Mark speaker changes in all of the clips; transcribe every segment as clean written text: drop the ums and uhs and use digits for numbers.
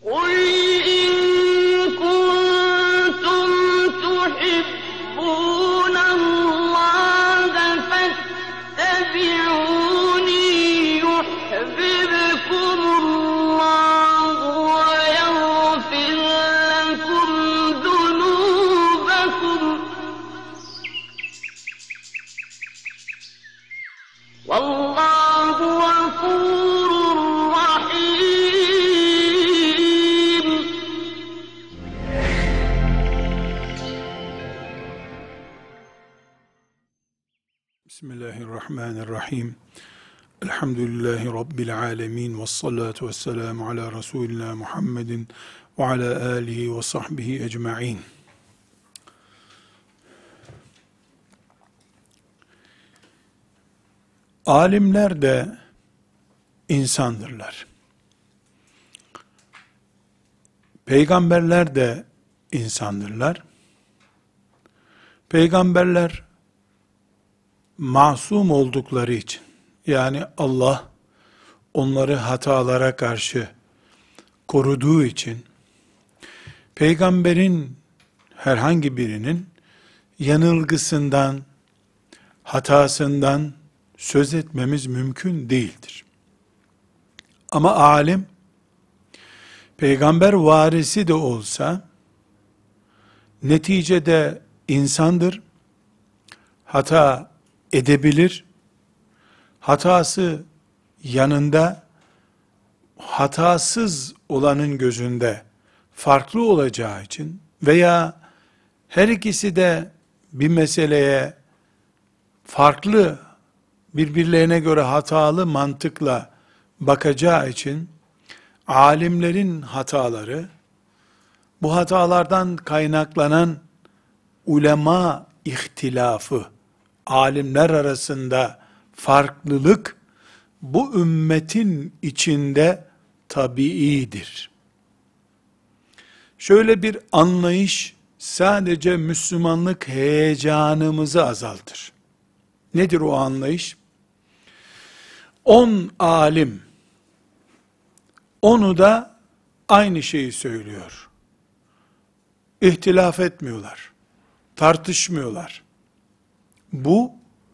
Speaker 1: قُلْ إِن كُنتُمْ تُحِبُّونَ اللَّهَ فَاتَّبِعُونِي يُحْبِبْكُمُ اللَّهُ وَيَغْفِرْ لَكُمْ ذُنُوبَكُمْ وَاللَّهُ غَفُورٌ رَّحِيمٌ.
Speaker 2: Bismillahirrahmanirrahim. Elhamdülillahi Rabbil alemin. Vessalatu vesselamu ala Resulina Muhammedin ve ala alihi ve sahbihi ecma'in. Alimler de insandırlar. Peygamberler de insandırlar. Peygamberler masum oldukları için, yani Allah onları hatalara karşı koruduğu için, peygamberin herhangi birinin yanılgısından, hatasından söz etmemiz mümkün değildir. Ama alim, peygamber varisi de olsa, neticede insandır, hata edebilir, hatası yanında, hatasız olanın gözünde farklı olacağı için veya her ikisi de bir meseleye farklı, birbirlerine göre hatalı mantıkla bakacağı için, alimlerin hataları, bu hatalardan kaynaklanan ulema ihtilafı, alimler arasında farklılık, bu ümmetin içinde tabiidir. Şöyle bir anlayış, sadece Müslümanlık heyecanımızı azaltır. Nedir o anlayış? 10 alim, onu da aynı şeyi söylüyor. İhtilaf etmiyorlar, tartışmıyorlar. Bu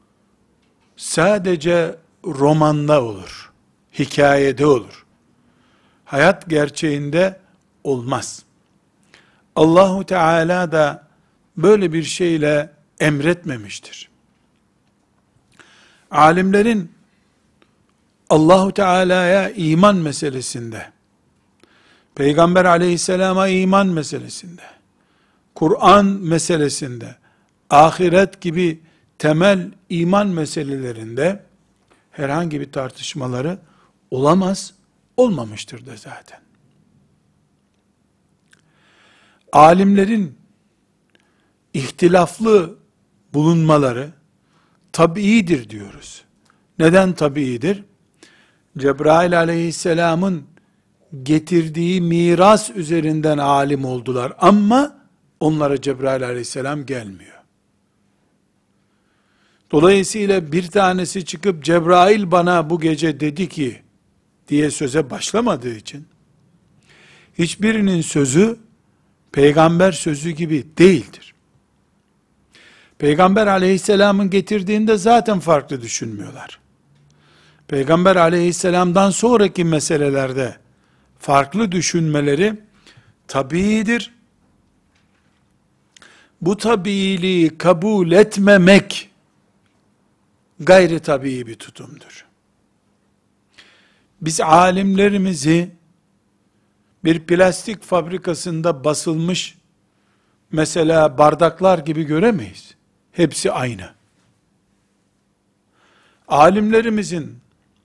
Speaker 2: sadece romanda olur, hikayede olur. Hayat gerçeğinde olmaz. Allahu Teala da böyle bir şeyle emretmemiştir. Alimlerin Allahu Teala'ya iman meselesinde, Peygamber Aleyhisselam'a iman meselesinde, Kur'an meselesinde, ahiret gibi temel iman meselelerinde herhangi bir tartışmaları olamaz, olmamıştır da zaten. Alimlerin ihtilaflı bulunmaları tabiidir diyoruz. Neden tabiidir? Cebrail aleyhisselamın getirdiği miras üzerinden alim oldular ama onlara Cebrail aleyhisselam gelmiyor. Dolayısıyla bir tanesi çıkıp Cebrail bana bu gece dedi ki diye söze başlamadığı için, hiçbirinin sözü peygamber sözü gibi değildir. Peygamber aleyhisselamın getirdiğinde zaten farklı düşünmüyorlar. Peygamber aleyhisselamdan sonraki meselelerde farklı düşünmeleri tabiidir. Bu tabiiliği kabul etmemek gayri tabii bir tutumdur. Biz alimlerimizi bir plastik fabrikasında basılmış mesela bardaklar gibi göremeyiz. Hepsi aynı. Alimlerimizin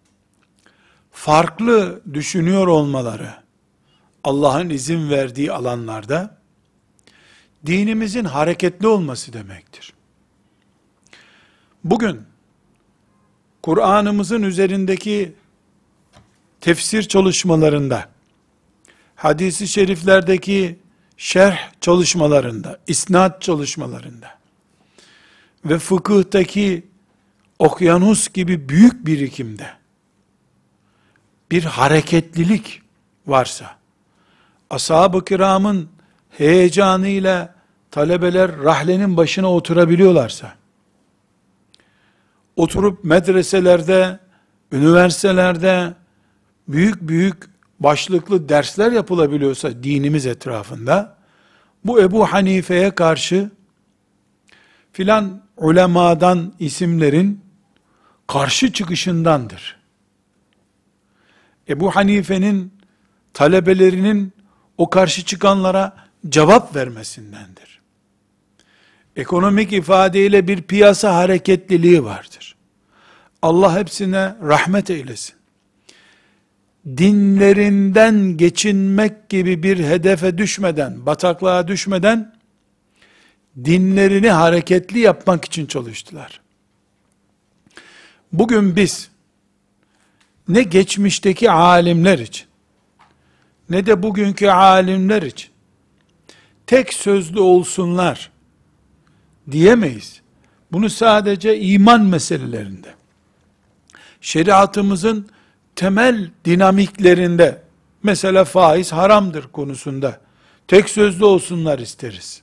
Speaker 2: farklı düşünüyor olmaları, Allah'ın izin verdiği alanlarda, dinimizin hareketli olması demektir. Bugün, Kur'an'ımızın üzerindeki tefsir çalışmalarında, hadis-i şeriflerdeki şerh çalışmalarında, isnat çalışmalarında ve fıkıhtaki okyanus gibi büyük birikimde bir hareketlilik varsa, ashab-ı kiramın heyecanıyla talebeler rahlenin başına oturabiliyorlarsa, oturup medreselerde, üniversitelerde büyük büyük başlıklı dersler yapılabiliyorsa dinimiz etrafında, bu Ebu Hanife'ye karşı filan ulemadan isimlerin karşı çıkışındandır. Ebu Hanife'nin talebelerinin o karşı çıkanlara cevap vermesindendir. Ekonomik ifadeyle bir piyasa hareketliliği vardır. Allah hepsine rahmet eylesin. Dinlerinden geçinmek gibi bir hedefe düşmeden, bataklığa düşmeden, dinlerini hareketli yapmak için çalıştılar. Bugün biz, ne geçmişteki alimler için, ne de bugünkü alimler için, tek sözlü olsunlar diyemeyiz. Bunu sadece iman meselelerinde, şeriatımızın temel dinamiklerinde, mesela faiz haramdır konusunda, tek sözlü olsunlar isteriz.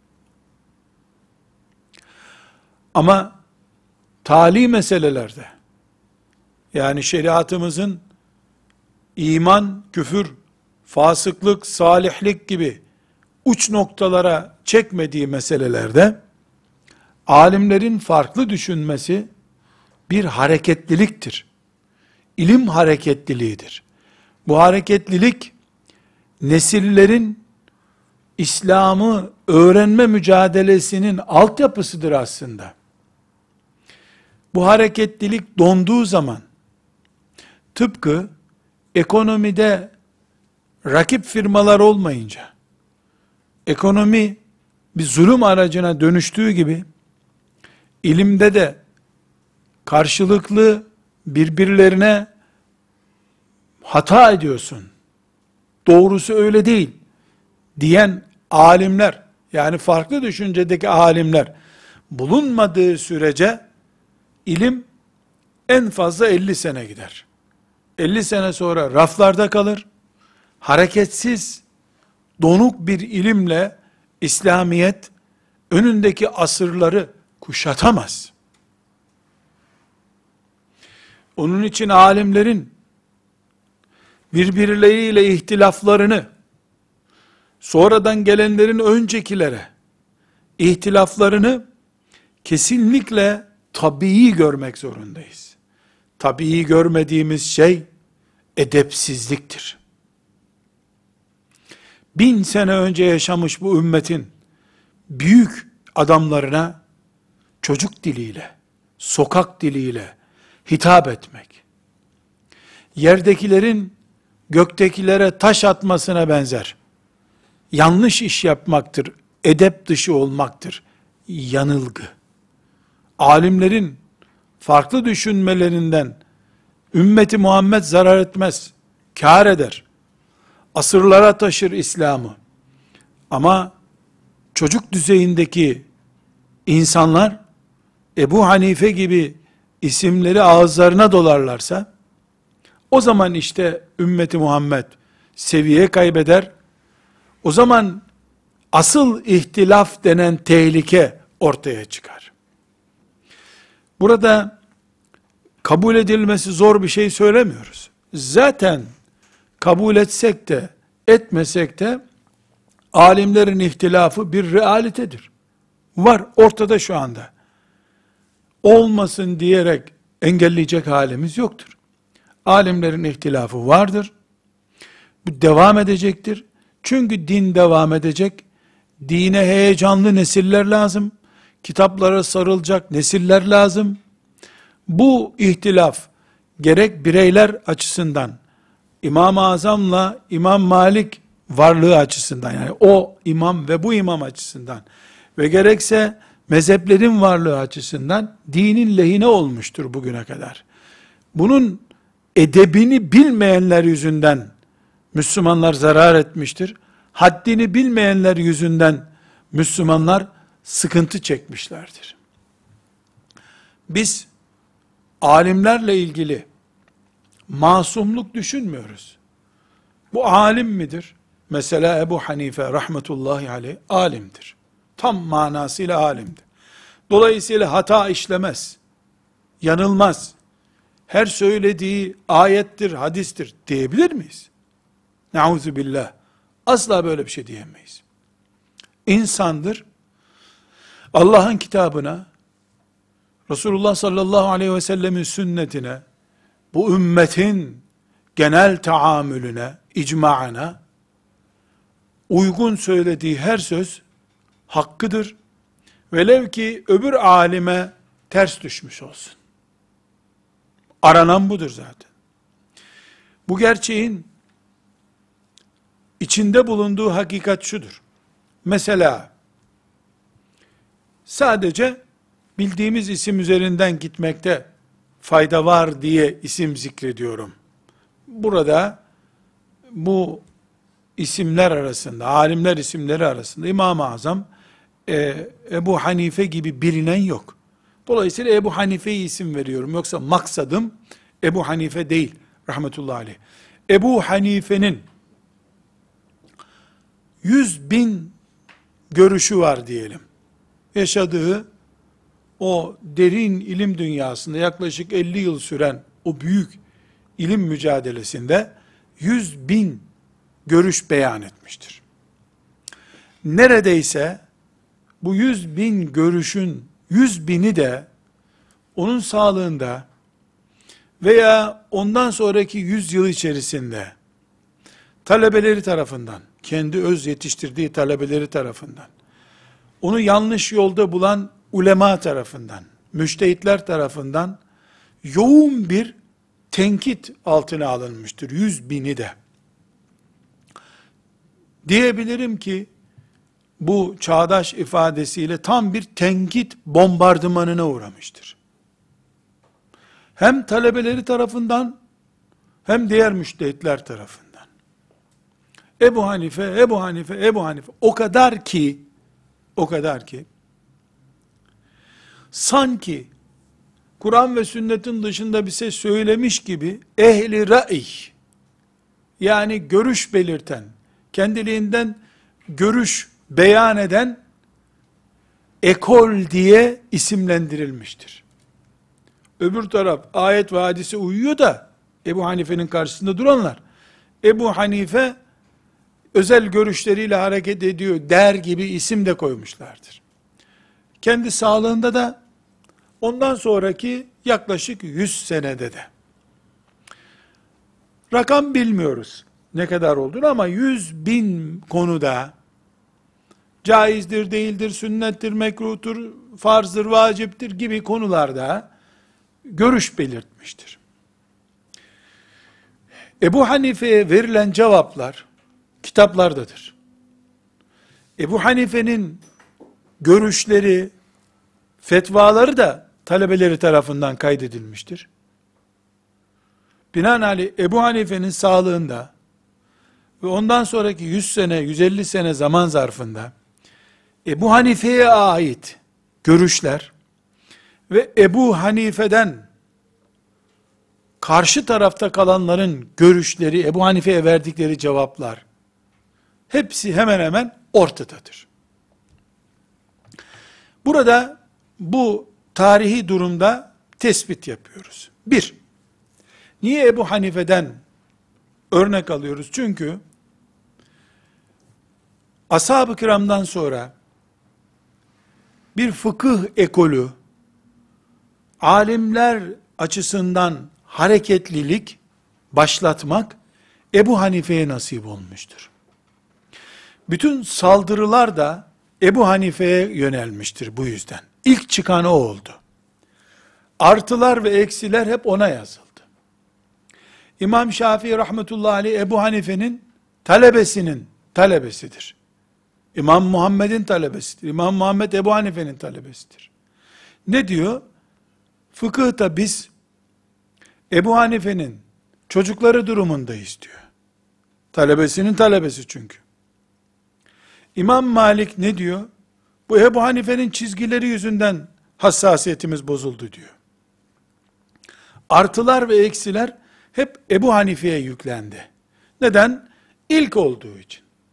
Speaker 2: Ama tali meselelerde, yani şeriatımızın iman, küfür, fasıklık, salihlik gibi uç noktalara çekmediği meselelerde, alimlerin farklı düşünmesi bir hareketliliktir. İlim hareketliliğidir. Bu hareketlilik, nesillerin İslam'ı öğrenme mücadelesinin altyapısıdır aslında. Bu hareketlilik donduğu zaman, tıpkı ekonomide rakip firmalar olmayınca, ekonomi bir zulüm aracına dönüştüğü gibi, ilimde de karşılıklı birbirlerine hata ediyorsun, doğrusu öyle değil diyen alimler, yani farklı düşüncedeki alimler bulunmadığı sürece, ilim en fazla 50 sene gider. 50 sene sonra raflarda kalır. Hareketsiz, donuk bir ilimle İslamiyet önündeki asırları kuşatamaz. Onun için alimlerin birbirleriyle ihtilaflarını, sonradan gelenlerin öncekilere ihtilaflarını kesinlikle tabii görmek zorundayız. Tabii görmediğimiz şey edepsizliktir. 1000 sene önce yaşamış bu ümmetin büyük adamlarına çocuk diliyle, sokak diliyle hitap etmek, yerdekilerin göktekilere taş atmasına benzer yanlış iş yapmaktır, edep dışı olmaktır, yanılgı. Alimlerin farklı düşünmelerinden ümmeti Muhammed zarar etmez, kâr eder. Asırlara taşır İslam'ı. Ama çocuk düzeyindeki insanlar Ebu Hanife gibi isimleri ağızlarına dolarlarsa, o zaman işte ümmeti Muhammed seviye kaybeder. O zaman asıl ihtilaf denen tehlike ortaya çıkar. Burada kabul edilmesi zor bir şey söylemiyoruz. Zaten kabul etsek de etmesek de alimlerin ihtilafı bir realitedir. Var ortada şu anda. Olmasın diyerek engelleyecek halimiz yoktur. Alimlerin ihtilafı vardır. Bu devam edecektir. Çünkü din devam edecek. Dine heyecanlı nesiller lazım. Kitaplara sarılacak nesiller lazım. Bu ihtilaf gerek bireyler açısından, İmam-ı Azam'la İmam Malik varlığı açısından, yani o imam ve bu imam açısından ve gerekse mezheplerin varlığı açısından dinin lehine olmuştur bugüne kadar. Bunun edebini bilmeyenler yüzünden Müslümanlar zarar etmiştir. Haddini bilmeyenler yüzünden Müslümanlar sıkıntı çekmişlerdir. Biz alimlerle ilgili masumluk düşünmüyoruz. Bu alim midir? Mesela Ebu Hanife rahmetullahi aleyh alimdir. Tam manasıyla alimdir. Dolayısıyla hata işlemez. Yanılmaz. Her söylediği ayettir, hadistir diyebilir miyiz? Nauzubillah. Asla böyle bir şey diyemeyiz. İnsandır. Allah'ın kitabına, Resulullah sallallahu aleyhi ve sellemin sünnetine, bu ümmetin genel taamülüne, icmaına uygun söylediği her söz hakkıdır. Velev ki öbür alime ters düşmüş olsun. Aranan budur zaten. Bu gerçeğin içinde bulunduğu hakikat şudur. Mesela sadece bildiğimiz isim üzerinden gitmekte fayda var diye isim zikrediyorum. Burada bu isimler arasında, alimler isimleri arasında İmam-ı Azam, Ebu Hanife gibi bilinen yok. Dolayısıyla Ebu Hanife'ye isim veriyorum. Yoksa maksadım Ebu Hanife değil. Rahmetullahi aleyh. Ebu Hanife'nin 100.000 görüşü var diyelim. Yaşadığı o derin ilim dünyasında yaklaşık 50 yıl süren o büyük ilim mücadelesinde 100.000 görüş beyan etmiştir. Neredeyse bu 100.000 görüşün 100.000'i de onun sağlığında veya ondan sonraki 100 yıl içerisinde talebeleri tarafından, kendi öz yetiştirdiği talebeleri tarafından, onu yanlış yolda bulan ulema tarafından, müştehitler tarafından yoğun bir tenkit altına alınmıştır. 100.000'i de. Diyebilirim ki bu çağdaş ifadesiyle tam bir tenkit bombardımanına uğramıştır. Hem talebeleri tarafından hem diğer müştehitler tarafından. Ebu Hanife, Ebu Hanife, Ebu Hanife. O kadar ki sanki Kur'an ve sünnetin dışında bir şey söylemiş gibi ehli ra'y, yani görüş belirten, kendiliğinden görüş beyan eden ekol diye isimlendirilmiştir. Öbür taraf ayet ve hadise uyuyor da Ebu Hanife'nin karşısında duranlar, Ebu Hanife özel görüşleriyle hareket ediyor der gibi isim de koymuşlardır. Kendi sağlığında da ondan sonraki yaklaşık 100 senede de. Rakam bilmiyoruz ne kadar olduğunu ama 100.000 konuda caizdir, değildir, sünnettir, mekruhtur, farzdır, vaciptir gibi konularda görüş belirtmiştir. Ebu Hanife'ye verilen cevaplar kitaplardadır. Ebu Hanife'nin görüşleri, fetvaları da talebeleri tarafından kaydedilmiştir. Binaenaleyh Ebu Hanife'nin sağlığında ve ondan sonraki 100 sene, 150 sene zaman zarfında Ebu Hanife'ye ait görüşler ve Ebu Hanife'den karşı tarafta kalanların görüşleri, Ebu Hanife'ye verdikleri cevaplar, hepsi hemen hemen ortadadır. Burada bu tarihi durumda tespit yapıyoruz. Bir, niye Ebu Hanife'den örnek alıyoruz? Çünkü ashab-ı kiramdan sonra bir fıkıh ekolü, alimler açısından hareketlilik başlatmak Ebu Hanife'ye nasip olmuştur. Bütün saldırılar da Ebu Hanife'ye yönelmiştir bu yüzden. İlk çıkan o oldu. Artılar ve eksiler hep ona yazıldı. İmam Şafii rahmetullahi aleyh Ebu Hanife'nin talebesinin talebesidir. İmam Muhammed'in talebesidir. İmam Muhammed Ebu Hanife'nin talebesidir. Ne diyor? Fıkıhta biz Ebu Hanife'nin çocukları durumundayız diyor. Talebesinin talebesi çünkü. İmam Malik ne diyor? Bu Ebu Hanife'nin çizgileri yüzünden hassasiyetimiz bozuldu diyor. Artılar ve eksiler hep Ebu Hanife'ye yüklendi. Neden? İlk olduğu için.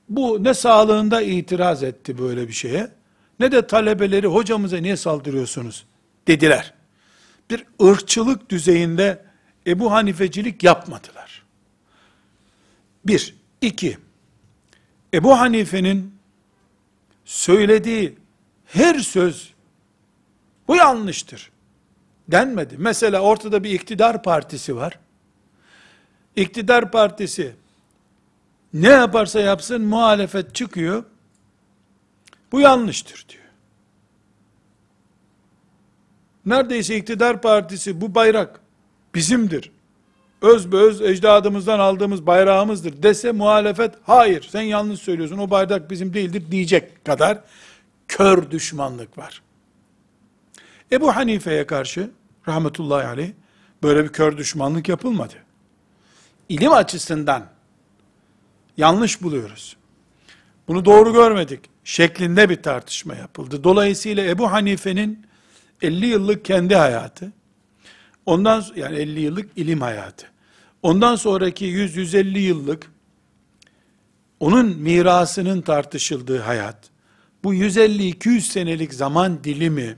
Speaker 2: Bu ne sağlığında itiraz etti böyle bir şeye, ne de talebeleri hocamıza niye saldırıyorsunuz dediler. Bir ırkçılık düzeyinde Ebu Hanifecilik yapmadılar. Bir. İki. Ebu Hanife'nin söylediği her söz bu yanlıştır denmedi. Mesela ortada bir iktidar partisi var. İktidar partisi ne yaparsa yapsın muhalefet çıkıyor. Bu yanlıştır diyor. Neredeyse iktidar partisi bu bayrak bizimdir, özbeöz ecdadımızdan aldığımız bayrağımızdır dese muhalefet hayır sen yanlış söylüyorsun o bayrak bizim değildir diyecek kadar kör düşmanlık var. Ebu Hanife'ye karşı rahmetullahi aleyh böyle bir kör düşmanlık yapılmadı. İlim açısından yanlış buluyoruz, bunu doğru görmedik şeklinde bir tartışma yapıldı. Dolayısıyla Ebu Hanife'nin 50 yıllık kendi hayatı, ondan yani 50 yıllık ilim hayatı, ondan sonraki 100-150 yıllık onun mirasının tartışıldığı hayat, bu 150-200 senelik zaman dilimi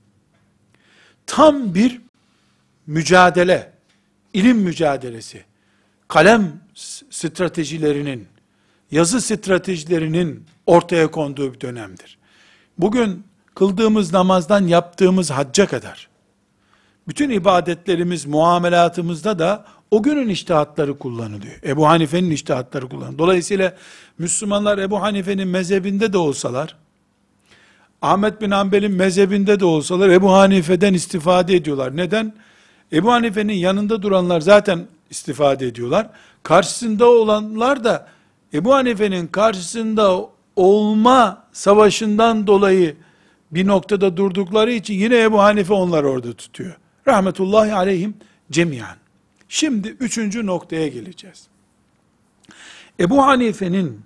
Speaker 2: tam bir mücadele, ilim mücadelesi, kalem stratejilerinin, yazı stratejilerinin ortaya konduğu bir dönemdir. Bugün kıldığımız namazdan yaptığımız hacca kadar, bütün ibadetlerimiz, muamelatımızda da o günün içtihatları kullanılıyor. Ebu Hanife'nin içtihatları kullanılıyor. Dolayısıyla Müslümanlar Ebu Hanife'nin mezhebinde de olsalar, Ahmet bin Hanbel'in mezhebinde de olsalar Ebu Hanife'den istifade ediyorlar. Neden? Ebu Hanife'nin yanında duranlar zaten istifade ediyorlar. Karşısında olanlar da Ebu Hanife'nin karşısında olma savaşından dolayı bir noktada durdukları için yine Ebu Hanife onları orada tutuyor. Rahmetullahi aleyhim cemiyan. Şimdi üçüncü noktaya geleceğiz. Ebu Hanife'nin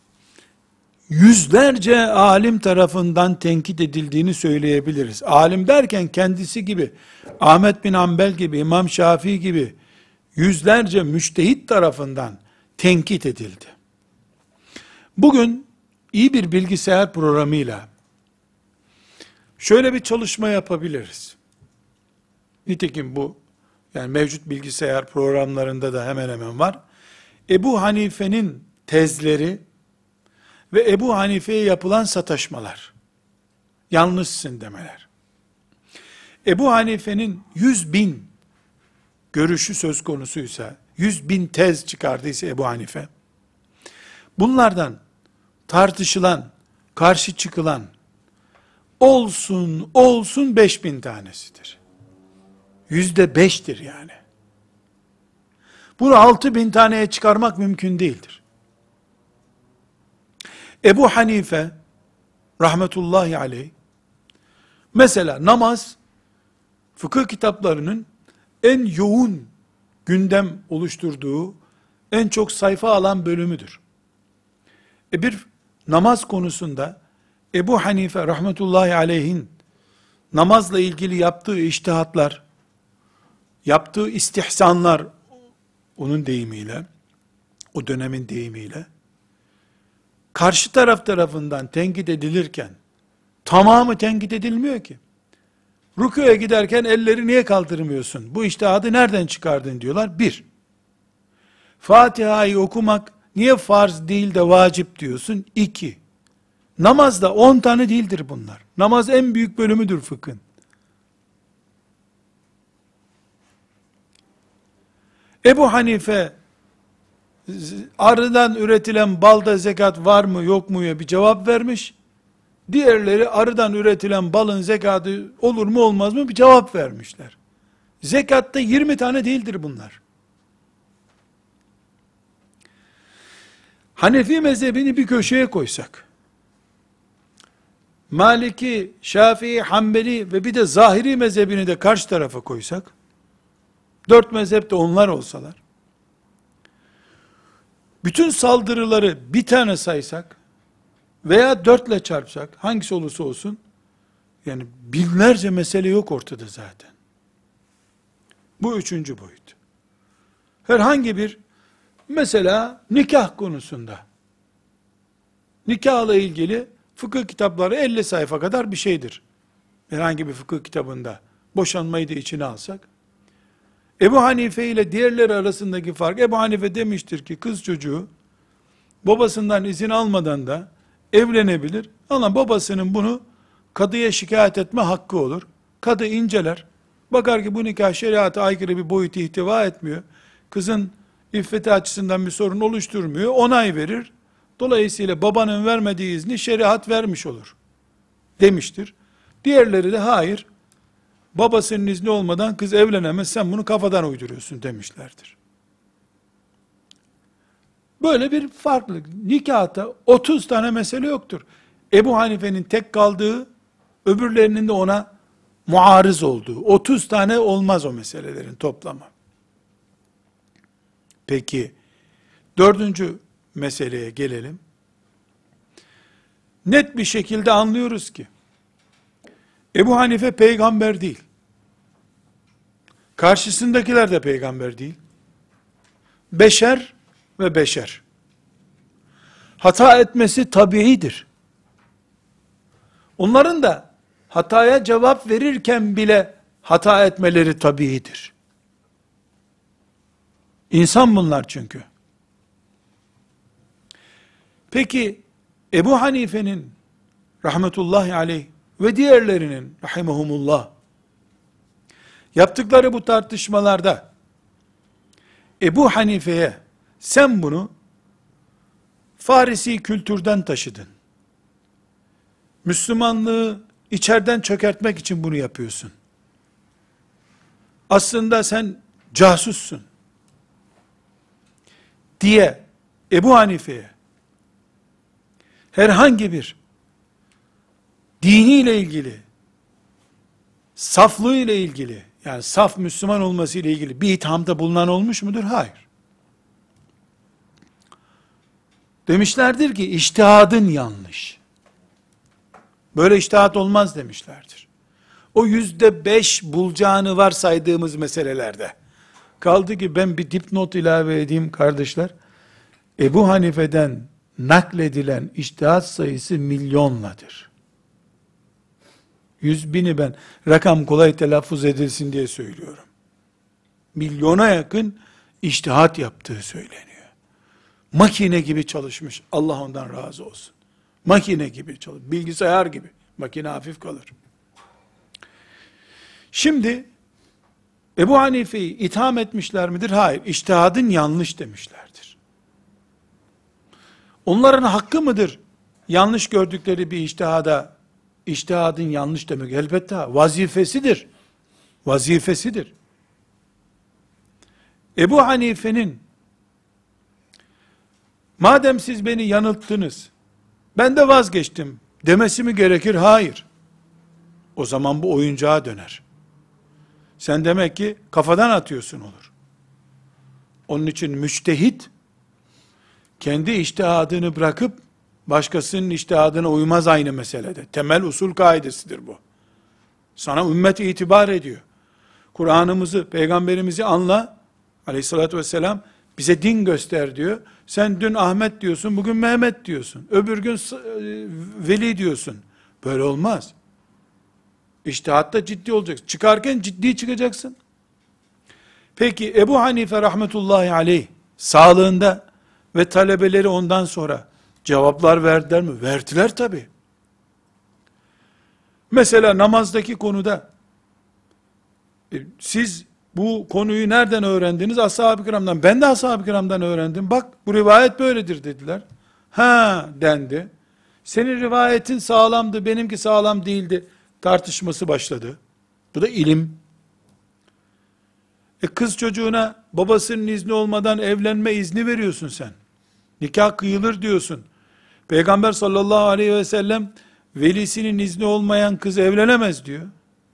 Speaker 2: yüzlerce alim tarafından tenkit edildiğini söyleyebiliriz. Alim derken kendisi gibi, Ahmet bin Hanbel gibi, İmam Şafii gibi yüzlerce müçtehit tarafından tenkit edildi. Bugün iyi bir bilgisayar programıyla şöyle bir çalışma yapabiliriz. Nitekim bu, yani mevcut bilgisayar programlarında da hemen hemen var. Ebu Hanife'nin tezleri ve Ebu Hanife'ye yapılan sataşmalar, yanlışsın demeler. Ebu Hanife'nin 100.000 görüşü söz konusuysa, 100.000 tez çıkardıysa Ebu Hanife, bunlardan tartışılan, karşı çıkılan, olsun 5.000 tanesidir. %5'tir yani. Bunu 6.000 taneye çıkarmak mümkün değildir. Ebu Hanife rahmetullahi aleyh mesela namaz fıkıh kitaplarının en yoğun gündem oluşturduğu, en çok sayfa alan bölümüdür. Bir namaz konusunda Ebu Hanife rahmetullahi aleyhin namazla ilgili yaptığı içtihatlar, yaptığı istihsanlar, onun deyimiyle, o dönemin deyimiyle, karşı taraf tarafından tenkit edilirken, tamamı tenkit edilmiyor ki. Rükûya giderken elleri niye kaldırmıyorsun? Bu içtihadı nereden çıkardın diyorlar. Bir, Fatiha'yı okumak niye farz değil de vacip diyorsun? İki, namazda 10 tane değildir bunlar. Namaz en büyük bölümüdür fıkhın. Ebu Hanife, arıdan üretilen balda zekat var mı yok mu ya bir cevap vermiş. Diğerleri arıdan üretilen balın zekatı olur mu olmaz mı bir cevap vermişler. Zekatta 20 tane değildir bunlar. Hanefi mezhebini bir köşeye koysak, Maliki, Şafii, Hanbeli ve bir de Zahiri mezhebini de karşı tarafa koysak, 4 mezhep de onlar olsalar, bütün saldırıları bir tane saysak veya 4 ile çarpsak, hangisi olursa olsun, yani binlerce mesele yok ortada zaten. Bu üçüncü boyut. Herhangi bir, mesela nikah konusunda, Nikahla ilgili fıkıh kitapları 50 sayfa kadar bir şeydir. Herhangi bir fıkıh kitabında. Boşanmayı da içine alsak. Ebu Hanife ile diğerleri arasındaki fark, Ebu Hanife demiştir ki kız çocuğu babasından izin almadan da evlenebilir. Ama babasının bunu kadıya şikayet etme hakkı olur. Kadı inceler. Bakar ki bu nikah şeriata aykırı bir boyutu ihtiva etmiyor. Kızın iffeti açısından bir sorun oluşturmuyor. Onay verir. Dolayısıyla babanın vermediği izni şeriat vermiş olur. Demiştir. Diğerleri de hayır. Babasının izni olmadan kız evlenemez. Sen bunu kafadan uyduruyorsun demişlerdir. Böyle bir farklılık. Nikahta 30 tane mesele yoktur. Ebu Hanife'nin tek kaldığı, öbürlerinin de ona muarız olduğu. 30 tane olmaz o meselelerin toplamı. Peki, dördüncü meseleye gelelim. Net bir şekilde anlıyoruz ki, Ebu Hanife peygamber değil. Karşısındakiler de peygamber değil. Beşer ve beşer. Hata etmesi tabiidir. Onların da hataya cevap verirken bile hata etmeleri tabiidir. İnsan bunlar çünkü. Peki Ebu Hanife'nin rahmetullahi aleyh ve diğerlerinin rahimehumullah yaptıkları bu tartışmalarda Ebu Hanife'ye sen bunu Farisi kültürden taşıdın. Müslümanlığı içeriden çökertmek için bunu yapıyorsun. Aslında sen casussun diye Ebu Hanife'ye herhangi bir diniyle ilgili, saflığıyla ilgili, yani saf Müslüman olması ile ilgili bir ithamda bulunan olmuş mudur? Hayır. Demişlerdir ki içtihadın yanlış. Böyle içtihat olmaz demişlerdir. O %5 bulacağını varsaydığımız meselelerde. Kaldı ki ben bir dipnot ilave edeyim kardeşler. Ebu Hanife'den nakledilen içtihat sayısı milyonladır. 100.000'i ben rakam kolay telaffuz edilsin diye söylüyorum. Milyona yakın içtihat yaptığı söyleniyor. Makine gibi çalışmış. Allah ondan razı olsun. Makine gibi çalışmış. Bilgisayar gibi. Makine hafif kalır. Şimdi Ebu Hanife'yi itham etmişler midir? Hayır. İçtihadın yanlış demişlerdir. Onların hakkı mıdır? Yanlış gördükleri bir içtihada içtihadın yanlış demek. Elbette vazifesidir. Vazifesidir. Ebu Hanife'nin madem siz beni yanılttınız, ben de vazgeçtim demesi mi gerekir? Hayır. O zaman bu oyuncağa döner. Sen demek ki kafadan atıyorsun olur. Onun için müçtehit, kendi içtihadını bırakıp, başkasının içtihadına uymaz aynı meselede. Temel usul kaidesidir bu. Sana ümmet itibar ediyor. Kur'an'ımızı, peygamberimizi anla, aleyhissalatü vesselam, bize din göster diyor. Sen dün Ahmet diyorsun, bugün Mehmet diyorsun. Öbür gün Veli diyorsun. Böyle olmaz. İçtihatta ciddi olacaksın. Çıkarken ciddi çıkacaksın. Peki Ebu Hanife rahmetullahi aleyh sağlığında ve talebeleri ondan sonra cevaplar verdiler mi? Verdiler tabi. Mesela namazdaki konuda siz bu konuyu nereden öğrendiniz? Ashab-ı kiramdan. Ben de ashab-ı kiramdan öğrendim. Bak bu rivayet böyledir dediler. Ha dendi. Senin rivayetin sağlamdı, benimki sağlam değildi tartışması başladı. Bu da ilim. Kız çocuğuna babasının izni olmadan evlenme izni veriyorsun sen. Nikah kıyılır diyorsun. Peygamber sallallahu aleyhi ve sellem velisinin izni olmayan kız evlenemez diyor.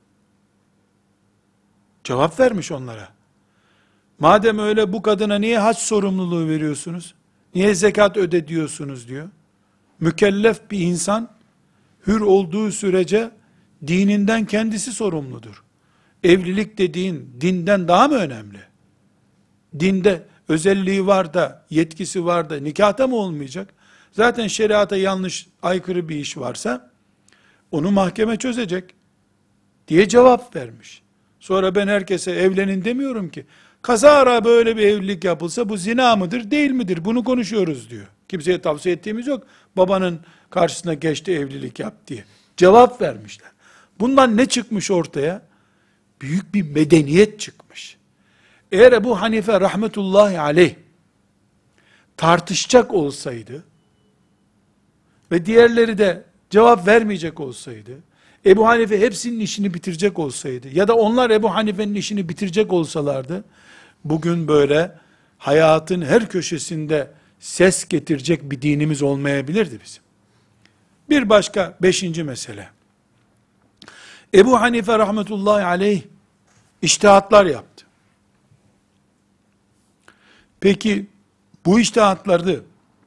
Speaker 2: Cevap vermiş onlara. Madem öyle bu kadına niye hac sorumluluğu veriyorsunuz? Niye zekat öde diyorsunuz diyor. Mükellef bir insan hür olduğu sürece dininden kendisi sorumludur. Evlilik dediğin dinden daha mı önemli? Dinde özelliği var da, yetkisi var da nikahta mı olmayacak? Zaten şeriata yanlış, aykırı bir iş varsa onu mahkeme çözecek diye cevap vermiş. Sonra ben herkese evlenin demiyorum ki. Kazara böyle bir evlilik yapılsa bu zina mıdır, değil midir? Bunu konuşuyoruz diyor. Kimseye tavsiye ettiğimiz yok. Babanın karşısına geçti evlilik yap diye. Cevap vermişler. Bundan ne çıkmış ortaya? Büyük bir medeniyet çıkmış. Eğer Ebu Hanife rahmetullahi aleyh tartışacak olsaydı ve diğerleri de cevap vermeyecek olsaydı, Ebu Hanife hepsinin işini bitirecek olsaydı ya da onlar Ebu Hanife'nin işini bitirecek olsalardı, bugün böyle hayatın her köşesinde ses getirecek bir dinimiz olmayabilirdi bizim. Bir başka 5. mesele. Ebu Hanife rahmetullahi aleyh içtihatlar yaptı. Peki bu içtihatları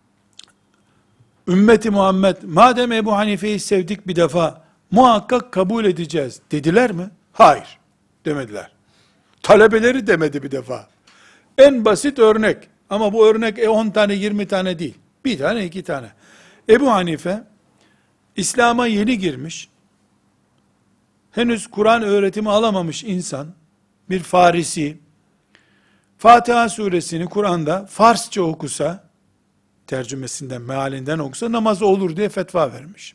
Speaker 2: ümmeti Muhammed madem Ebu Hanife'yi sevdik bir defa muhakkak kabul edeceğiz dediler mi? Hayır demediler. Talebeleri demedi bir defa. En basit örnek ama bu örnek 10 tane 20 tane değil. Bir tane 2 tane. Ebu Hanife İslam'a yeni girmiş, henüz Kur'an öğretimi alamamış insan, bir Farisi, Fatiha suresini Kur'an'da Farsça okusa, tercümesinden, mealinden okusa namazı olur diye fetva vermiş.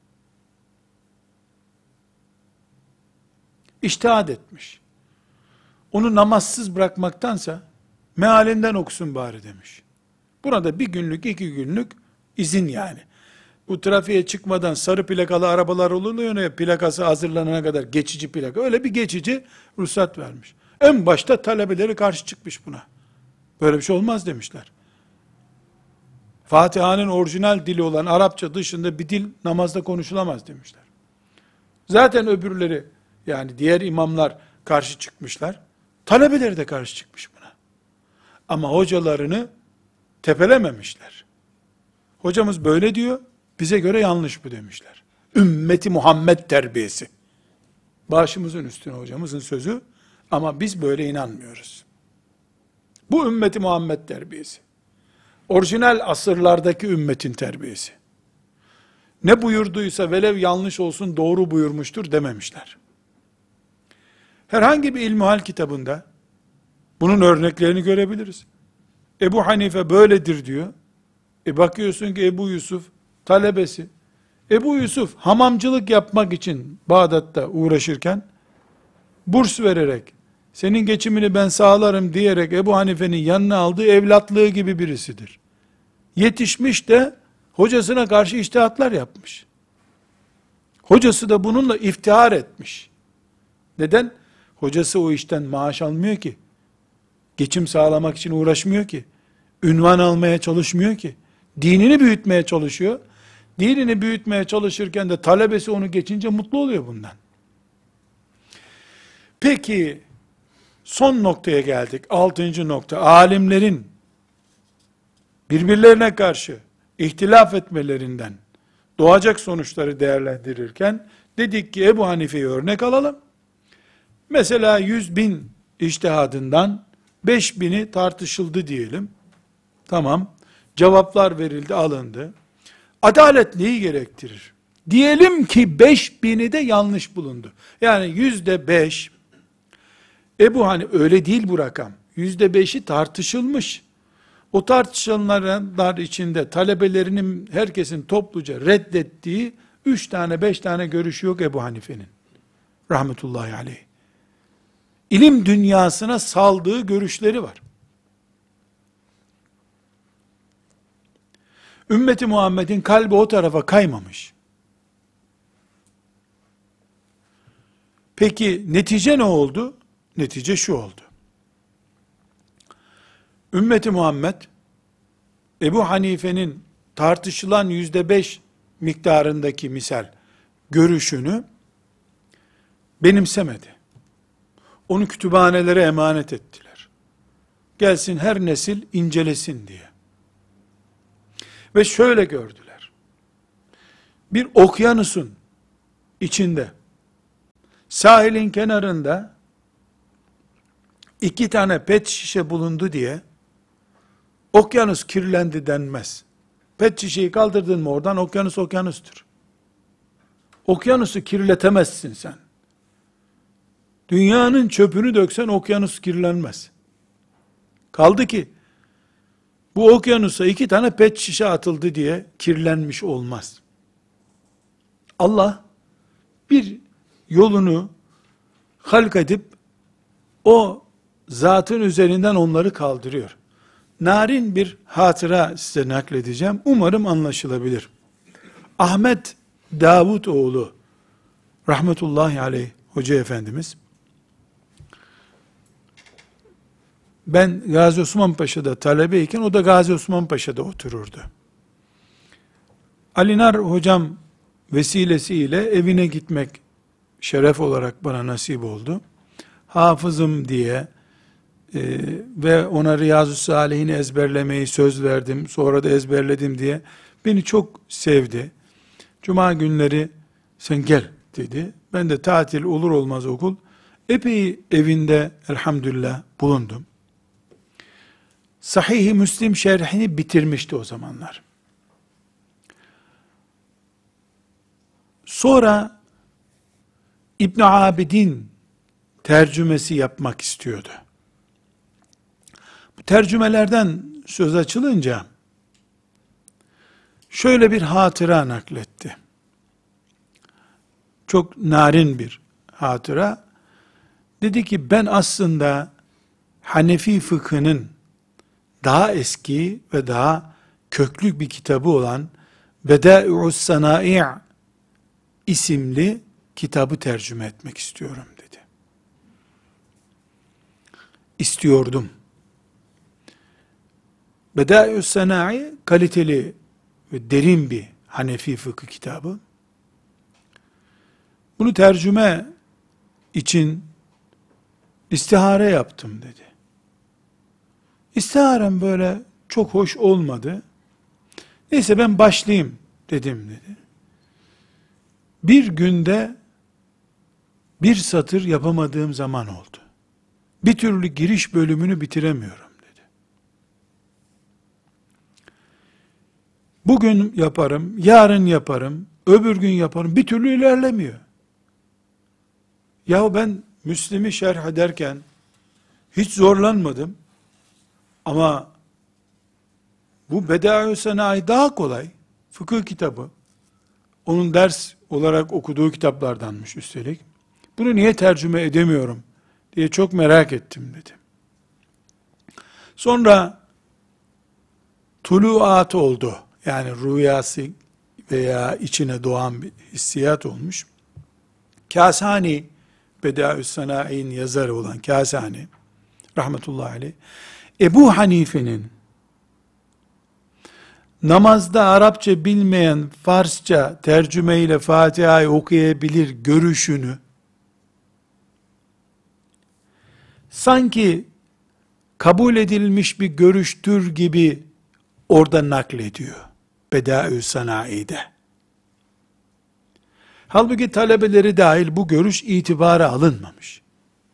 Speaker 2: İçtihat etmiş. Onu namazsız bırakmaktansa mealinden okusun bari demiş. Buna da bir günlük, 2 günlük izin yani. Bu trafiğe çıkmadan sarı plakalı arabalar oluyor ya, plakası hazırlanana kadar geçici plaka. Öyle bir geçici ruhsat vermiş. En başta talebeleri karşı çıkmış buna. Böyle bir şey olmaz demişler. Fatiha'nın orijinal dili olan Arapça dışında bir dil namazda konuşulamaz demişler. Zaten öbürleri yani diğer imamlar karşı çıkmışlar. Talebeleri de karşı çıkmış buna. Ama hocalarını tepelememişler. Hocamız böyle diyor, bize göre yanlış bu demişler. Ümmeti Muhammed terbiyesi. Başımızın üstüne hocamızın sözü ama biz böyle inanmıyoruz. Bu ümmeti Muhammed terbiyesi. Orijinal asırlardaki ümmetin terbiyesi. Ne buyurduysa velev yanlış olsun doğru buyurmuştur dememişler. Herhangi bir ilmihal kitabında bunun örneklerini görebiliriz. Ebu Hanife böyledir diyor. Bakıyorsun ki Ebu Yusuf talebesi. Ebu Yusuf hamamcılık yapmak için Bağdat'ta uğraşırken burs vererek senin geçimini ben sağlarım diyerek Ebu Hanife'nin yanına aldığı evlatlığı gibi birisidir. Yetişmiş de hocasına karşı içtihatlar yapmış. Hocası da bununla iftihar etmiş. Neden? Hocası o işten maaş almıyor ki. Geçim sağlamak için uğraşmıyor ki. Ünvan almaya çalışmıyor ki. Dinini büyütmeye çalışıyor. Dinini büyütmeye çalışırken de talebesi onu geçince mutlu oluyor bundan. Peki, son noktaya geldik. 6. nokta. Alimlerin birbirlerine karşı ihtilaf etmelerinden doğacak sonuçları değerlendirirken dedik ki Ebu Hanife'yi örnek alalım. Mesela 100.000 içtihadından 5.000'i tartışıldı diyelim. Tamam. Cevaplar verildi, alındı. Adalet neyi gerektirir? Diyelim ki 5.000'i de yanlış bulundu. Yani %5, Ebu Hanife öyle değil bu rakam. %5'i tartışılmış. O tartışanlar içinde talebelerinin herkesin topluca reddettiği 3 tane 5 tane görüşü yok Ebu Hanife'nin. Rahmetullahi aleyh. İlim dünyasına saldığı görüşleri var. Ümmeti Muhammed'in kalbi o tarafa kaymamış. Peki netice ne oldu? Netice şu oldu. Ümmeti Muhammed, Ebu Hanife'nin tartışılan %5 miktarındaki misal görüşünü benimsemedi. Onu kütüphanelere emanet ettiler. Gelsin her nesil incelesin diye. Ve şöyle gördüler. Bir okyanusun içinde, sahilin kenarında 2 tane pet şişe bulundu diye okyanus kirlendi denmez. Pet şişeyi kaldırdın mı oradan, okyanus okyanustur. Okyanusu kirletemezsin sen. Dünyanın çöpünü döksen okyanus kirlenmez. Kaldı ki bu okyanusa 2 tane pet şişe atıldı diye kirlenmiş olmaz. Allah bir yolunu halk edip o zatın üzerinden onları kaldırıyor. Narin bir hatıra size nakledeceğim. Umarım anlaşılabilir. Ahmet Davutoğlu rahmetullahi aleyh hoca efendimiz, ben Gazi Osman Paşa'da talebeyken o da Gazi Osman Paşa'da otururdu. Ali Nar hocam vesilesiyle evine gitmek şeref olarak bana nasip oldu. Hafızım diye ve ona Riyazu Salihini ezberlemeyi söz verdim, sonra da ezberledim diye beni çok sevdi. Cuma günleri sen gel dedi. Ben de tatil olur olmaz okul, epey evinde elhamdülillah bulundum. Sahih-i Müslim şerhini bitirmişti o zamanlar. Sonra İbn Abidin tercümesi yapmak istiyordu. Bu tercümelerden söz açılınca şöyle bir hatıra nakletti. Çok narin bir hatıra. Dedi ki ben aslında Hanefi fıkhının daha eski ve daha köklü bir kitabı olan Bedâ'i'us Sanâ'i' isimli kitabı tercüme etmek istiyorum dedi. İstiyordum. Bedâ'i'us Sanâ'i kaliteli ve derin bir Hanefi fıkıh kitabı. Bunu tercüme için istihare yaptım dedi. İstiharem böyle çok hoş olmadı. Neyse ben başlayayım dedim dedi. Bir günde bir satır yapamadığım zaman oldu. Bir türlü giriş bölümünü bitiremiyorum dedi. Bugün yaparım, yarın yaparım, öbür gün yaparım, bir türlü ilerlemiyor. Yahu ben Müslim'i şerh ederken hiç zorlanmadım. Ama bu Bedâ'i'us Sanâ'i daha kolay. Fıkıh kitabı. Onun ders olarak okuduğu kitaplardanmış üstelik. Bunu niye tercüme edemiyorum diye çok merak ettim dedi. Sonra tuluat oldu. Yani rüyası veya içine doğan bir hissiyat olmuş. Kâsani, Bedâ'i'us Sanâ'i'nin yazarı olan Kâsani rahmetullahi aleyh, Ebu Hanife'nin namazda Arapça bilmeyen Farsça tercümeyle Fatiha'yı okuyabilir görüşünü sanki kabul edilmiş bir görüştür gibi orada naklediyor. Bedâ'i'us Sanâ'i'de. Halbuki talebeleri dahil bu görüş itibara alınmamış.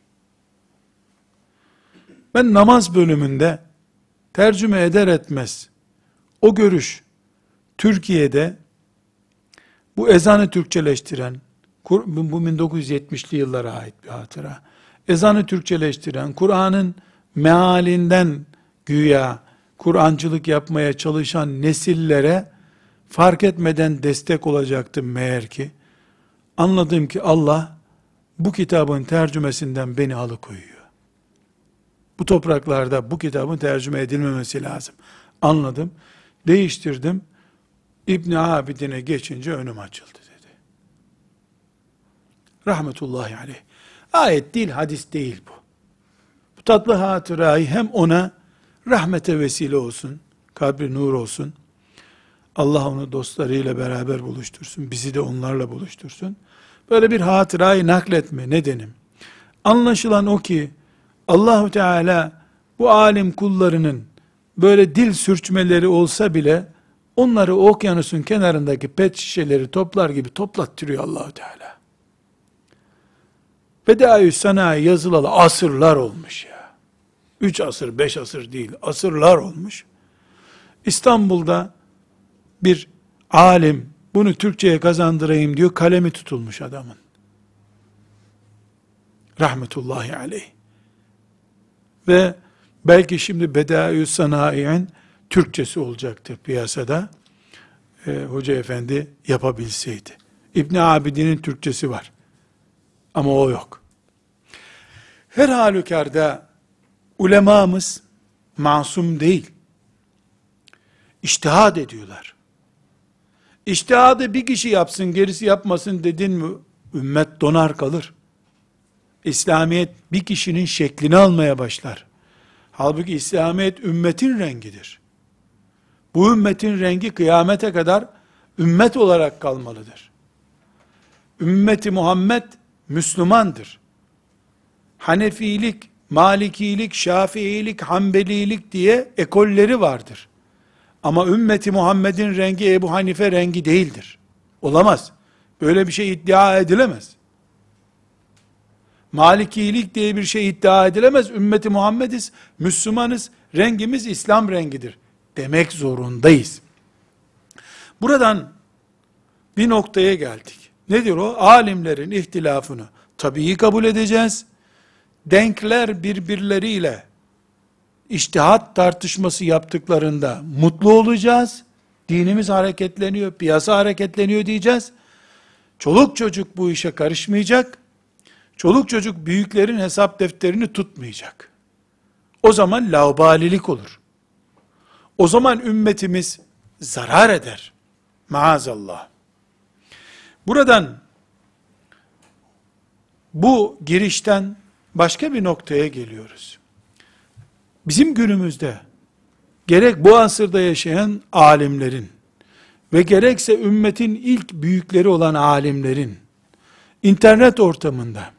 Speaker 2: Ben namaz bölümünde tercüme eder etmez o görüş Türkiye'de bu ezanı Türkçeleştiren, bu 1970'li yıllara ait bir hatıra, ezanı Türkçeleştiren, Kur'an'ın mealinden güya Kur'ancılık yapmaya çalışan nesillere fark etmeden destek olacaktım meğer ki. Anladım ki Allah bu kitabın tercümesinden beni alıkoyuyor. Bu topraklarda bu kitabın tercüme edilmemesi lazım. Anladım, değiştirdim. İbn Abidin'e geçince önüm açıldı dedi. Rahmetullahi aleyh. Ayet değil, hadis değil bu. Bu tatlı hatırayı hem ona rahmete vesile olsun, kabri nur olsun. Allah onu dostlarıyla beraber buluştursun. Bizi de onlarla buluştursun. Böyle bir hatırayı nakletme nedenim. Anlaşılan o ki Allahu Teala bu alim kullarının böyle dil sürçmeleri olsa bile onları okyanusun kenarındaki pet şişeleri toplar gibi toplattırıyor Allahu Teala. Bedâ'i'us Sanâ'i yazılalı asırlar olmuş ya. 3 asır, 5 asır değil, asırlar olmuş. İstanbul'da bir alim bunu Türkçe'ye kazandırayım diyor, kalemi tutulmuş adamın. Rahmetullahi aleyh. Ve belki şimdi Bedâ-ü Sanâi'nin Türkçesi olacaktır piyasada. Hoca efendi yapabilseydi. İbn Abidin'in Türkçesi var. Ama o yok. Her halükarda ulemamız masum değil. İçtihad ediyorlar. İçtihadı bir kişi yapsın, gerisi yapmasın dedin mi, ümmet donar kalır. İslamiyet bir kişinin şeklini almaya başlar. Halbuki İslamiyet ümmetin rengidir. Bu ümmetin rengi kıyamete kadar ümmet olarak kalmalıdır. Ümmeti Muhammed Müslümandır. Hanefilik, Malikilik, Şafiilik, Hanbelilik diye ekolleri vardır. Ama ümmeti Muhammed'in rengi Ebu Hanife rengi değildir. Olamaz. Böyle bir şey iddia edilemez. Malikilik diye bir şey iddia edilemez. Ümmeti Muhammediz, Müslümanız, rengimiz İslam rengidir demek zorundayız. Buradan bir noktaya geldik. Nedir o? Alimlerin ihtilafını tabii kabul edeceğiz. Denkler birbirleriyle içtihat tartışması yaptıklarında mutlu olacağız. Dinimiz hareketleniyor, piyasa hareketleniyor diyeceğiz. Çoluk çocuk bu işe karışmayacak. Çoluk çocuk büyüklerin hesap defterini tutmayacak. O zaman laubalilik olur. O zaman ümmetimiz zarar eder. Maazallah. Buradan bu girişten başka bir noktaya geliyoruz. Bizim günümüzde gerek bu asırda yaşayan alimlerin ve gerekse ümmetin ilk büyükleri olan alimlerin internet ortamında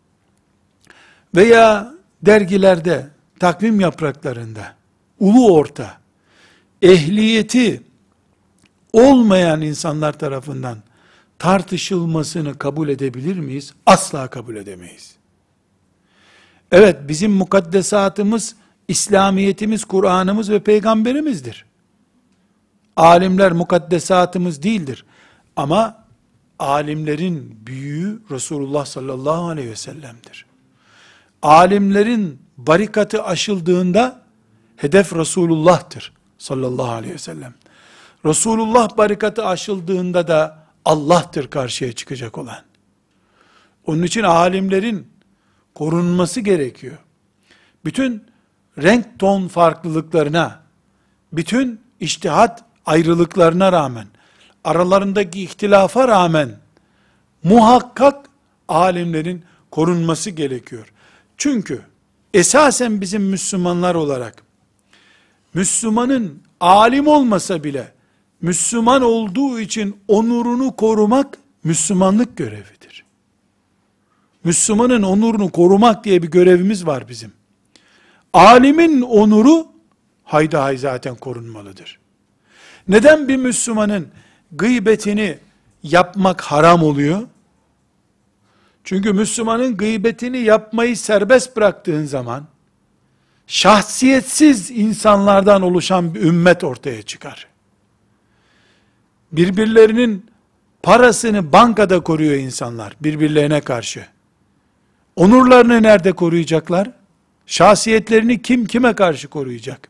Speaker 2: veya dergilerde, takvim yapraklarında, ulu orta, ehliyeti olmayan insanlar tarafından tartışılmasını kabul edebilir miyiz? Asla kabul edemeyiz. Evet, bizim mukaddesatımız, İslamiyetimiz, Kur'an'ımız ve Peygamberimizdir. Alimler mukaddesatımız değildir. Ama alimlerin büyüğü Resulullah sallallahu aleyhi ve sellem'dir. Alimlerin barikatı aşıldığında hedef Resulullah'tır sallallahu aleyhi ve sellem. Resulullah barikatı aşıldığında da Allah'tır karşıya çıkacak olan. Onun için alimlerin korunması gerekiyor. Bütün renk ton farklılıklarına, bütün içtihat ayrılıklarına rağmen, aralarındaki ihtilafa rağmen, muhakkak alimlerin korunması gerekiyor. Çünkü esasen bizim Müslümanlar olarak, Müslümanın alim olmasa bile, Müslüman olduğu için onurunu korumak, Müslümanlık görevidir. Müslümanın onurunu korumak diye bir görevimiz var bizim. Alimin onuru, hayda hay zaten korunmalıdır. Neden bir Müslümanın gıybetini yapmak haram oluyor? Çünkü Müslümanın gıybetini yapmayı serbest bıraktığın zaman, şahsiyetsiz insanlardan oluşan bir ümmet ortaya çıkar. Birbirlerinin parasını bankada koruyor insanlar, birbirlerine karşı. Onurlarını nerede koruyacaklar? Şahsiyetlerini kim kime karşı koruyacak?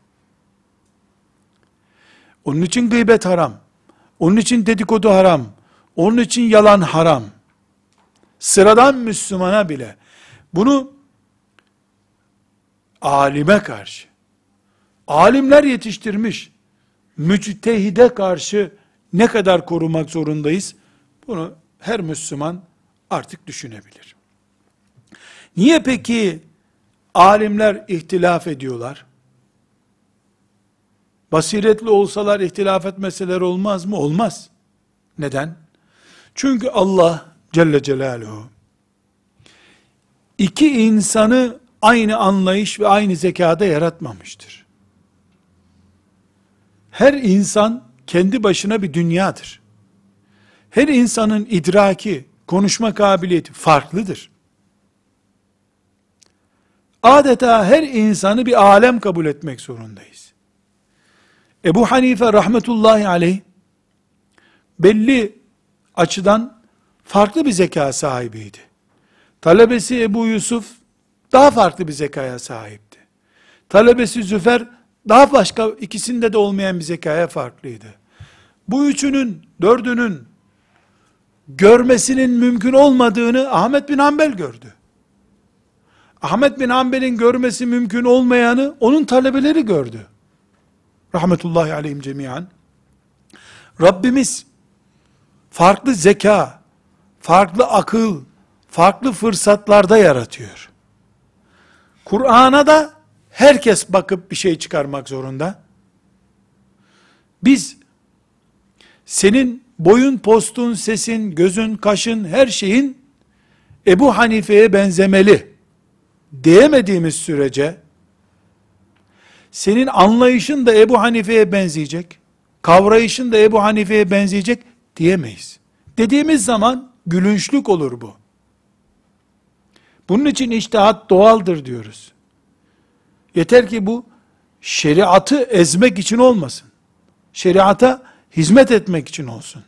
Speaker 2: Onun için gıybet haram. Onun için dedikodu haram. Onun için yalan haram. Sıradan Müslümana bile bunu alime karşı, alimler yetiştirmiş müctehide karşı ne kadar korumak zorundayız? Bunu her Müslüman artık düşünebilir. Niye peki alimler ihtilaf ediyorlar? Basiretli olsalar ihtilaf etmeseler olmaz mı? Olmaz. Neden? Çünkü Allah Celle Celaluhu iki insanı aynı anlayış ve aynı zekada yaratmamıştır. Her insan kendi başına bir dünyadır. Her insanın idraki, konuşma kabiliyeti farklıdır. Adeta her insanı bir alem kabul etmek zorundayız. Ebu Hanife rahmetullahi aleyh, belli açıdan farklı bir zeka sahibiydi. Talebesi Ebu Yusuf daha farklı bir zekaya sahipti. Talebesi Züfer daha başka, ikisinde de olmayan bir zekaya farklıydı. Bu üçünün, dördünün görmesinin mümkün olmadığını Ahmet bin Hanbel gördü. Ahmet bin Hanbel'in görmesi mümkün olmayanı onun talebeleri gördü. Rahmetullahi aleyhim cemiyan. Rabbimiz farklı zeka, farklı akıl, farklı fırsatlarda yaratıyor. Kur'an'a da herkes bakıp bir şey çıkarmak zorunda. Biz, senin boyun, postun, sesin, gözün, kaşın, her şeyin Ebu Hanife'ye benzemeli diyemediğimiz sürece, senin anlayışın da Ebu Hanife'ye benzeyecek, kavrayışın da Ebu Hanife'ye benzeyecek diyemeyiz. Dediğimiz zaman gülünçlük olur bu. Bunun için içtihat doğaldır diyoruz. Yeter ki bu şeriatı ezmek için olmasın. Şeriata hizmet etmek için olsun.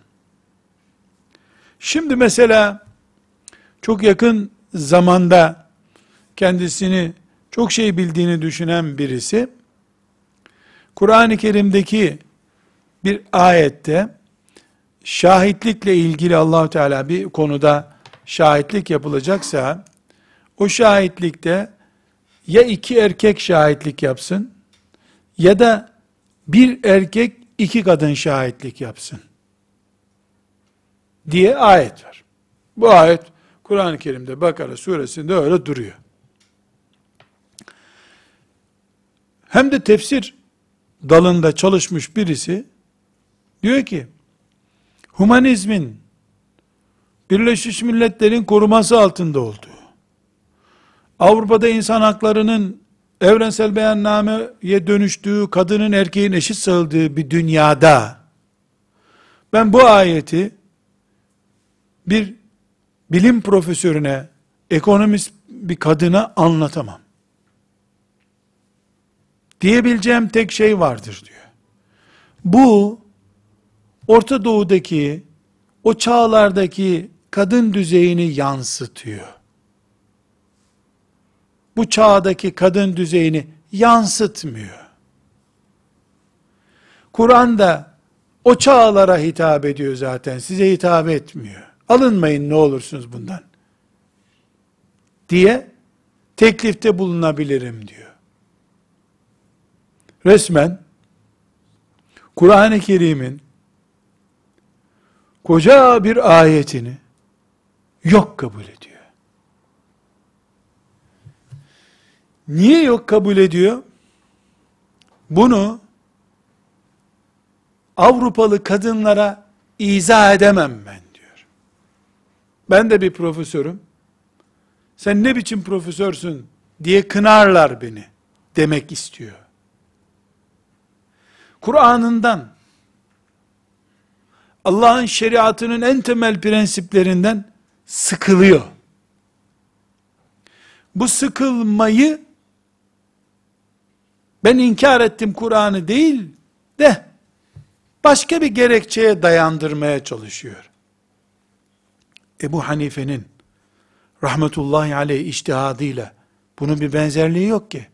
Speaker 2: Şimdi mesela çok yakın zamanda kendisini çok şey bildiğini düşünen birisi, Kur'an-ı Kerim'deki bir ayette şahitlikle ilgili Allah Teala bir konuda şahitlik yapılacaksa, o şahitlikte ya iki erkek şahitlik yapsın ya da bir erkek iki kadın şahitlik yapsın diye ayet var. Bu ayet Kur'an-ı Kerim'de Bakara suresinde öyle duruyor. Hem de tefsir dalında çalışmış birisi diyor ki, humanizmin Birleşmiş Milletler'in koruması altında olduğu, Avrupa'da insan haklarının evrensel beyannameye dönüştüğü, kadının erkeğin eşit sayıldığı bir dünyada, ben bu ayeti bir bilim profesörüne, ekonomist bir kadına anlatamam. Diyebileceğim tek şey vardır diyor. Bu, Orta Doğu'daki, o çağlardaki kadın düzeyini yansıtıyor. Bu çağdaki kadın düzeyini yansıtmıyor. Kur'an'da o çağlara hitap ediyor zaten, size hitap etmiyor. Alınmayın ne olursunuz bundan diye teklifte bulunabilirim diyor. Resmen Kur'an-ı Kerim'in koca bir ayetini yok kabul ediyor. Niye yok kabul ediyor? Bunu Avrupalı kadınlara izah edemem ben diyor. Ben de bir profesörüm. Sen ne biçim profesörsün diye kınarlar beni demek istiyor. Kur'an'ından, Allah'ın şeriatının en temel prensiplerinden sıkılıyor. Bu sıkılmayı ben inkar ettim Kur'an'ı değil de başka bir gerekçeye dayandırmaya çalışıyor. Ebu Hanife'nin rahmetullahi aleyh içtihadıyla bunun bir benzerliği yok ki.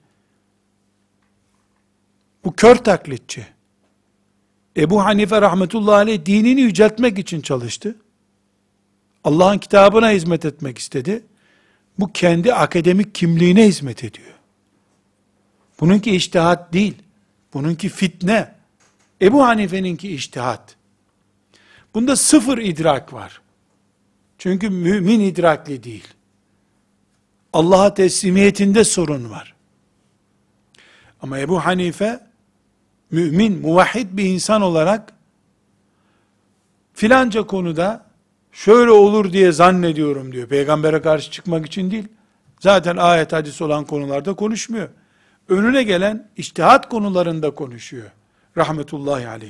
Speaker 2: Bu kör taklitçi. Ebu Hanife rahmetullahi aleyh dinini yüceltmek için çalıştı. Allah'ın kitabına hizmet etmek istedi. Bu kendi akademik kimliğine hizmet ediyor. Bununki içtihat değil. Bununki fitne. Ebu Hanife'ninki içtihat. Bunda sıfır idrak var. Çünkü mümin idrakli değil. Allah'a teslimiyetinde sorun var. Ama Ebu Hanife, mümin, muvahhid bir insan olarak, filanca konuda şöyle olur diye zannediyorum diyor. Peygambere karşı çıkmak için değil. Zaten ayet hadis olan konularda konuşmuyor. Önüne gelen içtihat konularında konuşuyor. Rahmetullahi aleyh.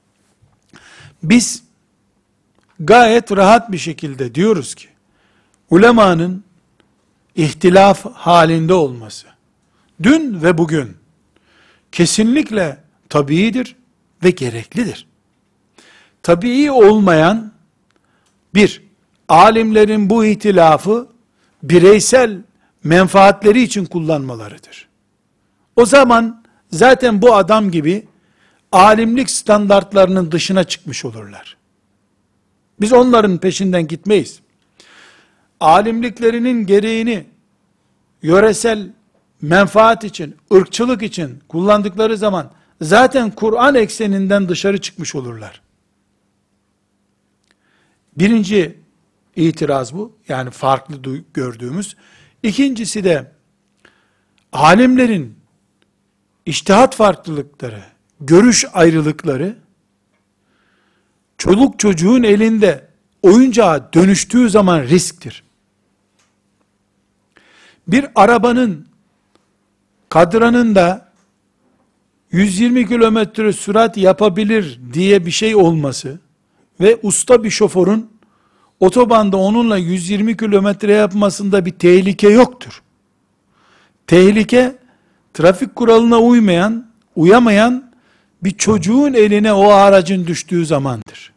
Speaker 2: Biz gayet rahat bir şekilde diyoruz ki, ulemanın ihtilaf halinde olması, dün ve bugün, kesinlikle tabiidir ve gereklidir. tabii olmayan bir, alimlerin bu ihtilafı bireysel menfaatleri için kullanmalarıdır. O zaman zaten bu adam gibi alimlik standartlarının dışına çıkmış olurlar. Biz onların peşinden gitmeyiz. Alimliklerinin gereğini yöresel menfaat için, ırkçılık için kullandıkları zaman zaten Kur'an ekseninden dışarı çıkmış olurlar. Birinci itiraz bu. Yani farklı gördüğümüz. İkincisi de alimlerin içtihat farklılıkları, görüş ayrılıkları çoluk çocuğun elinde oyuncağa dönüştüğü zaman risktir. Bir arabanın kadranında 120 kilometre sürat yapabilir diye bir şey olması ve usta bir şoförün otobanda onunla 120 kilometre yapmasında bir tehlike yoktur. Tehlike, trafik kuralına uyamayan bir çocuğun eline o aracın düştüğü zamandır.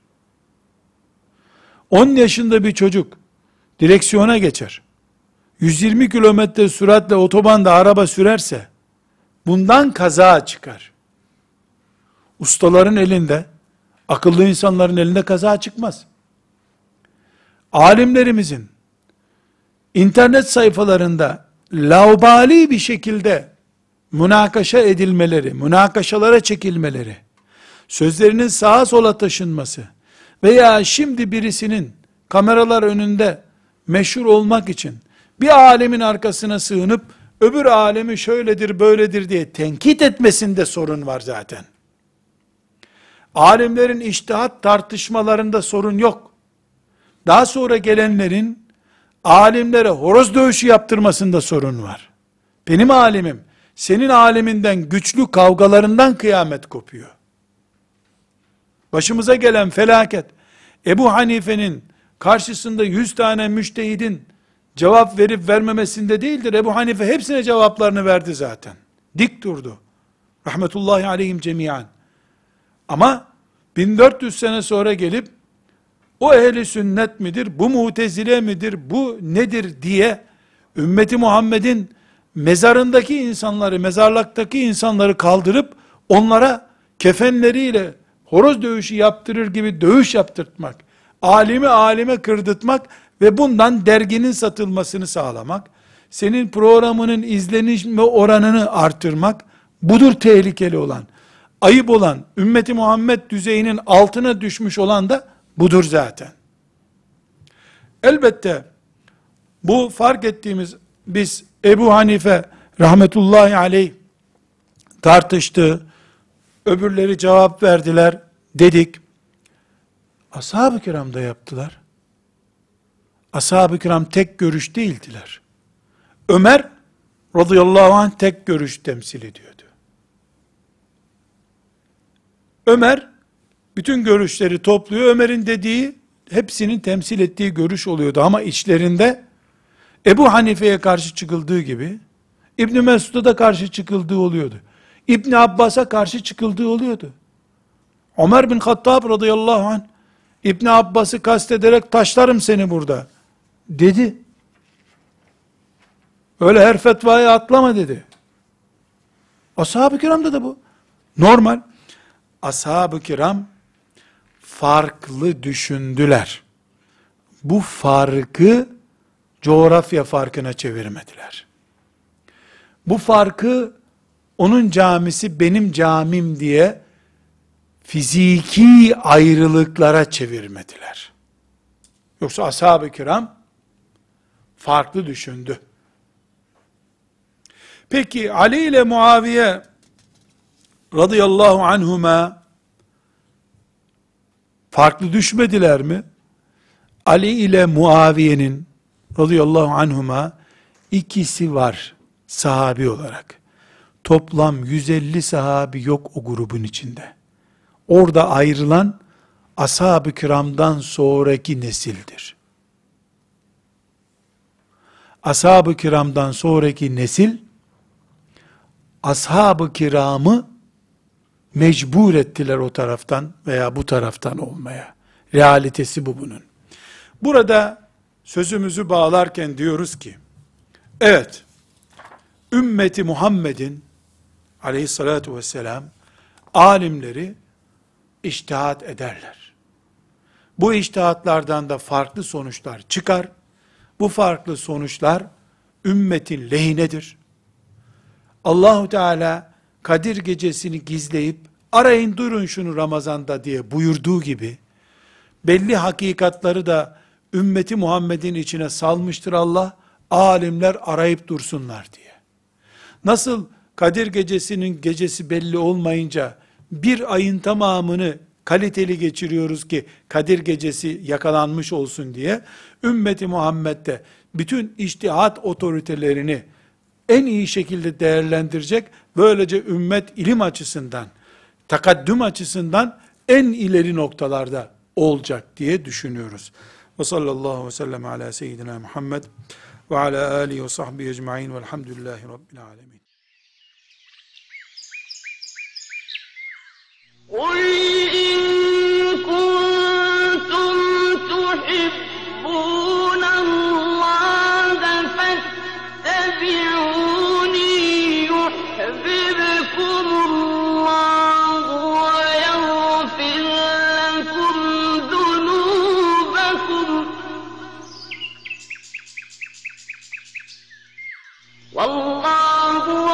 Speaker 2: 10 yaşında bir çocuk direksiyona geçer. 120 kilometre süratle otobanda araba sürerse, bundan kaza çıkar. Ustaların elinde, akıllı insanların elinde kaza çıkmaz. Alimlerimizin internet sayfalarında laubali bir şekilde münakaşa edilmeleri, münakaşalara çekilmeleri, sözlerinin sağa sola taşınması veya şimdi birisinin kameralar önünde meşhur olmak için bir alemin arkasına sığınıp öbür alemi şöyledir böyledir diye tenkit etmesinde sorun var zaten. Alimlerin içtihat tartışmalarında sorun yok. Daha sonra gelenlerin alimlere horoz dövüşü yaptırmasında sorun var. Benim alimim senin aliminden güçlü kavgalarından kıyamet kopuyor. Başımıza gelen felaket, Ebu Hanife'nin karşısında 100 tane müştehidin cevap verip vermemesinde değildir. Ebu Hanife hepsine cevaplarını verdi zaten. Dik durdu. Rahmetullahi aleyhim cemiyan. Ama 1400 sene sonra gelip o ehli sünnet midir, bu mutezile midir, bu nedir diye ümmeti Muhammed'in mezarındaki insanları, mezarlıktaki insanları kaldırıp onlara kefenleriyle horoz dövüşü yaptırır gibi dövüş yaptırtmak, alimi alime kırdırtmak ve bundan derginin satılmasını sağlamak, senin programının izlenme oranını artırmak, budur tehlikeli olan. Ayıp olan, ümmeti Muhammed düzeyinin altına düşmüş olan da budur zaten. Elbette bu fark ettiğimiz, biz Ebu Hanife rahmetullahi aleyh tartıştı, öbürleri cevap verdiler dedik. Ashab-ı kiram da yaptılar. Ashab-ı kiram tek görüş değildiler. Ömer radıyallahu anh tek görüş temsil ediyordu. Ömer bütün görüşleri topluyor. Ömer'in dediği hepsinin temsil ettiği görüş oluyordu. Ama içlerinde Ebu Hanife'ye karşı çıkıldığı gibi İbn Mesud'a da karşı çıkıldığı oluyordu. İbn Abbas'a karşı çıkıldığı oluyordu. Ömer bin Hattab radıyallahu anh İbn Abbas'ı kastederek taşlarım seni burada dedi. Öyle her fetvaya atlama dedi. Ashab-ı kiramda da bu. Normal. Ashab-ı kiram farklı düşündüler. Bu farkı coğrafya farkına çevirmediler. Bu farkı onun camisi benim camim diye fiziki ayrılıklara çevirmediler. Yoksa ashab-ı kiram farklı düşündü. Peki Ali ile Muaviye radıyallahu anhuma farklı düşmediler mi? Ali ile Muaviye'nin radıyallahu anhuma ikisi var sahabi olarak. Toplam 150 sahabi yok o grubun içinde. Orada ayrılan ashab-ı kiramdan sonraki nesildir. Ashab-ı kiramdan sonraki nesil ashab-ı kiramı mecbur ettiler o taraftan veya bu taraftan olmaya. Realitesi bu bunun. Burada sözümüzü bağlarken diyoruz ki, evet, ümmeti Muhammed'in aleyhissalatu vesselam alimleri içtihat ederler. Bu içtihatlardan da farklı sonuçlar çıkar. Bu farklı sonuçlar ümmetin lehinedir. Allahu Teala Kadir gecesini gizleyip arayın durun şunu Ramazan'da diye buyurduğu gibi belli hakikatları da ümmeti Muhammed'in içine salmıştır Allah, alimler arayıp dursunlar diye. Nasıl Kadir gecesinin gecesi belli olmayınca bir ayın tamamını kaliteli geçiriyoruz ki Kadir gecesi yakalanmış olsun diye, ümmeti Muhammed'de bütün içtihat otoritelerini en iyi şekilde değerlendirecek, böylece ümmet ilim açısından, takaddüm açısından en ileri noktalarda olacak diye düşünüyoruz. Ve sallallahu aleyhi ve sellem ala seyyidina Muhammed ve ala alihi ve sahbihi ecma'in velhamdülillahi rabbil alemin.
Speaker 1: قُلْ إِن كُنتُمْ تُحِبُّونَ اللَّهَ فَاتَّبِعُونِي يُحْبِبْكُمُ اللَّهُ وَيَغْفِرْ لَكُمْ ذُنُوبَكُمْ وَاللَّهُ